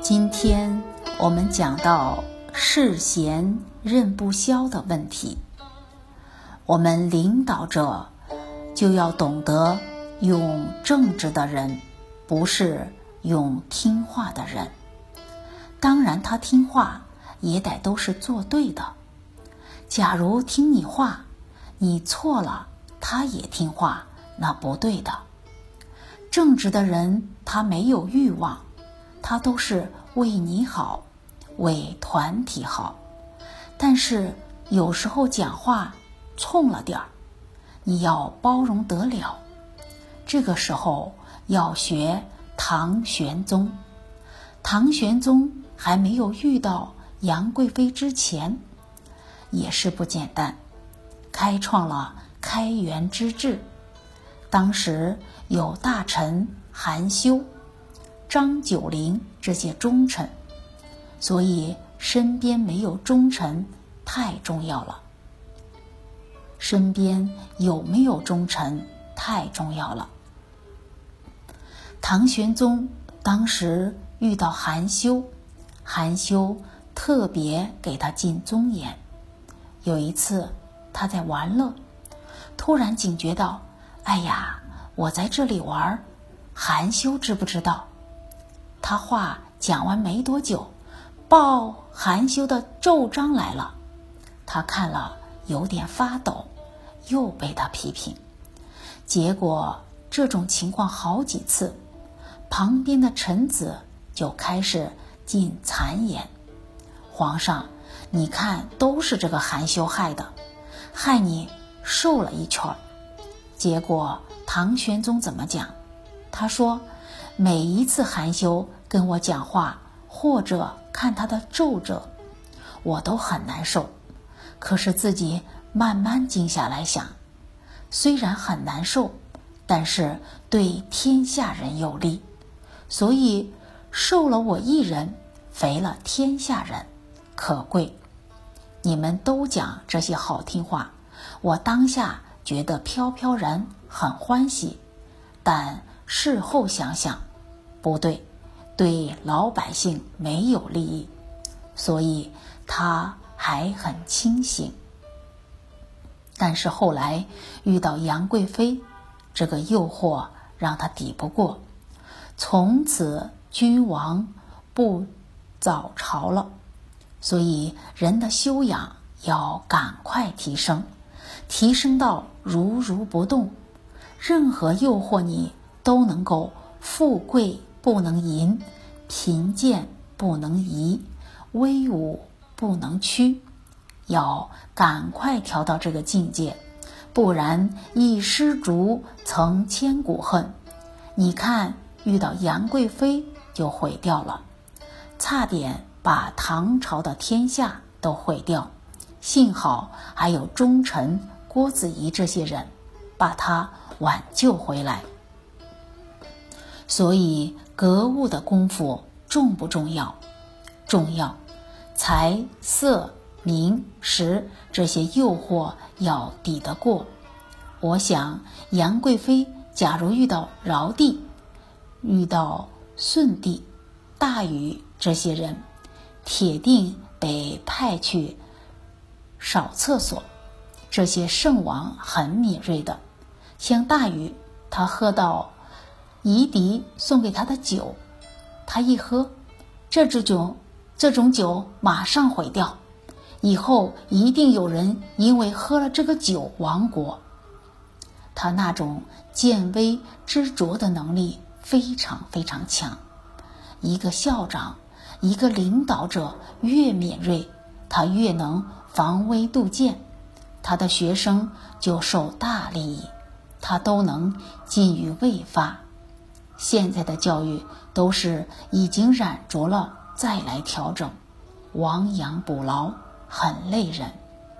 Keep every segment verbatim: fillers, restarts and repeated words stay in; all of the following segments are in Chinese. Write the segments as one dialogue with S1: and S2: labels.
S1: 今天我们讲到世贤任不肖的问题。我们领导者就要懂得用正直的人，不是用听话的人。当然他听话也得都是做对的。假如听你话，你错了他也听话，那不对的。正直的人他没有欲望，他都是为你好，为团体好。但是有时候讲话冲了点儿，你要包容得了。这个时候要学唐玄宗。唐玄宗还没有遇到杨贵妃之前，也是不简单，开创了开元之治。当时有大臣韩休、张九龄这些忠臣，所以身边没有忠臣太重要了。身边有没有忠臣太重要了。唐玄宗当时遇到韩休，韩休特别给他尽忠言。有一次他在玩乐，突然警觉到，哎呀，我在这里玩，韩休知不知道？他话讲完没多久，报韩休的奏章来了。他看了有点发抖，又被他批评。结果这种情况好几次，旁边的臣子就开始进谗言，皇上，你看都是这个韩休害的，害你瘦了一圈。结果唐玄宗怎么讲？他说，每一次韩休跟我讲话或者看他的奏折，我都很难受，可是自己慢慢静下来想，虽然很难受，但是对天下人有利，所以瘦了我一人，肥了天下人，可贵。你们都讲这些好听话，我当下觉得飘飘然，很欢喜，但事后想想，不对，对老百姓没有利益，所以他还很清醒。但是后来遇到杨贵妃，这个诱惑让他抵不过，从此君王不早朝了。所以人的修养要赶快提升，提升到如如不动。任何诱惑你都能够，富贵不能淫，贫贱不能移，威武不能屈，要赶快调到这个境界，不然一失足成千古恨。你看遇到杨贵妃就毁掉了，差点把唐朝的天下都毁掉，幸好还有忠臣郭子仪这些人把他挽救回来。所以格物的功夫重不重要？重要。财色名食这些诱惑要抵得过。我想杨贵妃假如遇到尧帝，遇到舜帝、大禹这些人，铁定得派去扫厕所。这些圣王很敏锐的，像大禹，他喝到夷狄送给他的酒，他一喝，这种酒这种酒马上毁掉，以后一定有人因为喝了这个酒亡国。他那种见微知著的能力非常非常强。一个校长，一个领导者越敏锐，他越能防微杜渐，他的学生就受大利益，他都能尽于未发。现在的教育都是已经染着了再来调整，亡羊补牢，很累人。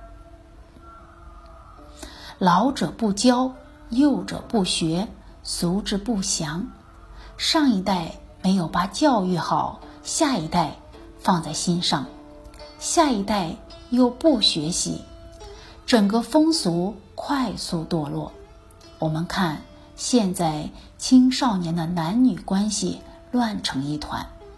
S1: 老者不教，幼者不学，俗之不详。上一代没有把教育好，下一代放在心上，下一代又不学习，整个风俗快速堕落。我们看现在青少年的男女关系乱成一团，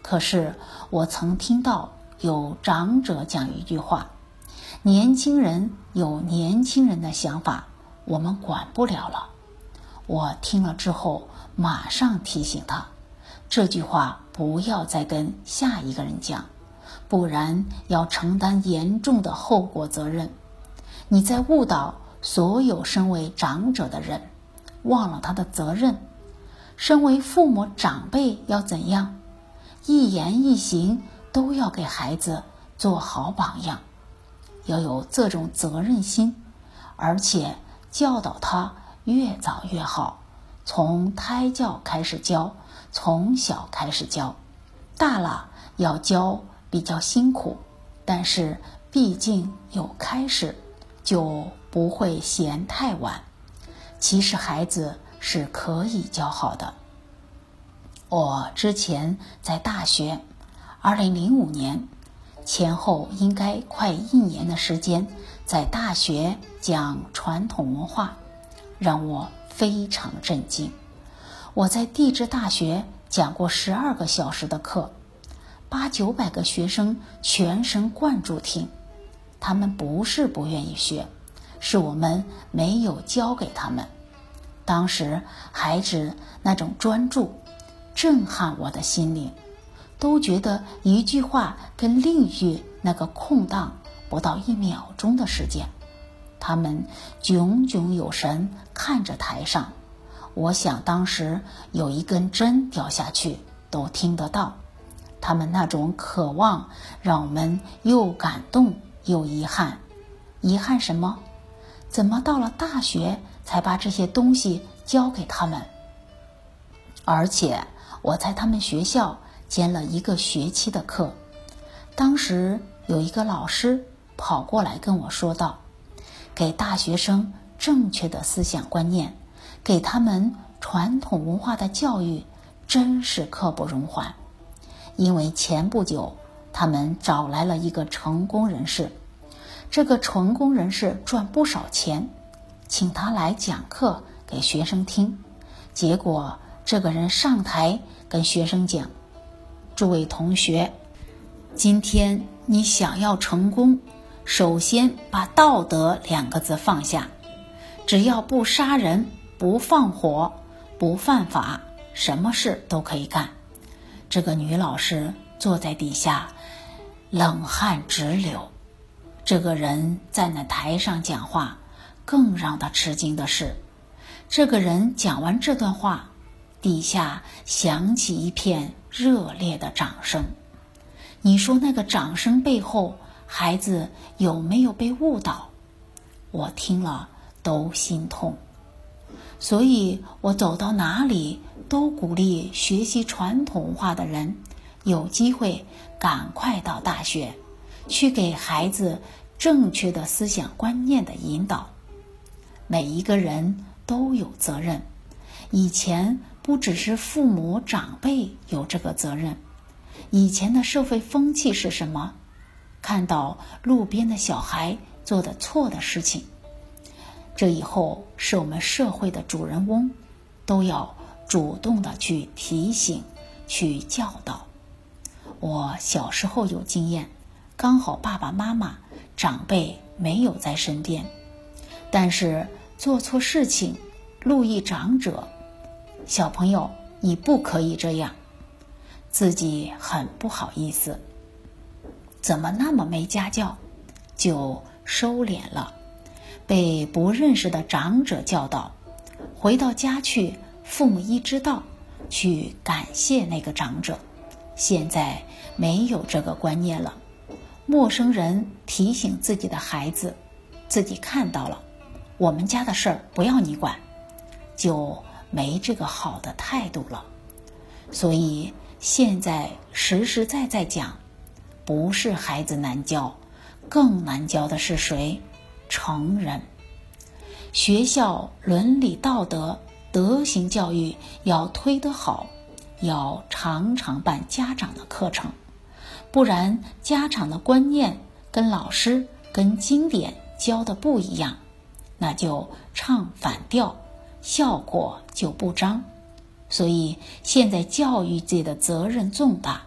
S1: 可是我曾听到有长者讲一句话，年轻人有年轻人的想法，我们管不了了。我听了之后马上提醒他，这句话不要再跟下一个人讲，不然要承担严重的后果责任。你在误导所有身为长者的人，忘了他的责任。身为父母长辈要怎样？一言一行都要给孩子做好榜样，要有这种责任心，而且教导他越早越好，从胎教开始教，从小开始教。大了要教比较辛苦，但是毕竟有开始，就不会嫌太晚。其实孩子是可以教好的。我之前在大学二零零五年前后应该快一年的时间，在大学讲传统文化，让我非常震惊。我在地质大学讲过十二个小时的课，八九百个学生全神贯注听。他们不是不愿意学，是我们没有教给他们。当时孩子那种专注震撼我的心灵，都觉得一句话跟另一句那个空档不到一秒钟的时间，他们炯炯有神看着台上，我想当时有一根针掉下去都听得到。他们那种渴望让我们又感动又遗憾。遗憾什么？怎么到了大学才把这些东西教给他们？而且我在他们学校兼了一个学期的课，当时有一个老师跑过来跟我说道，给大学生正确的思想观念，给他们传统文化的教育，真是刻不容缓。因为前不久他们找来了一个成功人士，这个成功人士赚不少钱，请他来讲课给学生听。结果这个人上台跟学生讲，诸位同学，今天你想要成功，首先把道德两个字放下，只要不杀人，不放火，不犯法，什么事都可以干。这个女老师坐在底下冷汗直流。这个人站在台上讲话，更让他吃惊的是，这个人讲完这段话，底下响起一片热烈的掌声。你说那个掌声背后，孩子有没有被误导？我听了都心痛。所以我走到哪里都鼓励学习传统文化的人，有机会赶快到大学，去给孩子正确的思想观念的引导。每一个人都有责任，以前不只是父母长辈有这个责任，以前的社会风气是什么？看到路边的小孩做的错的事情，这以后是我们社会的主人翁，都要主动的去提醒，去教导。我小时候有经验，刚好爸爸妈妈长辈没有在身边，但是做错事情路易长者，小朋友你不可以这样，自己很不好意思，怎么那么没家教，就收敛了，被不认识的长者教导，回到家去，父母一知道，去感谢那个长者。现在没有这个观念了，陌生人提醒自己的孩子，自己看到了，我们家的事儿不要你管，就没这个好的态度了。所以现在实实在在讲，不是孩子难教，更难教的是谁？成人。学校伦理道德德行教育要推得好，要常常办家长的课程，不然家长的观念跟老师跟经典教的不一样，那就唱反调，效果就不彰。所以现在教育界的责任重大，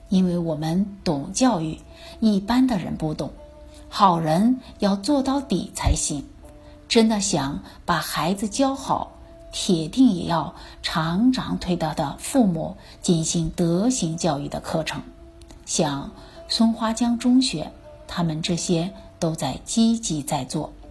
S1: 因为我们懂教育，一般的人不懂。好人要做到底才行。真的想把孩子教好，铁定也要常常推导的父母进行德行教育的课程。像松花江中学，他们这些都在积极在做。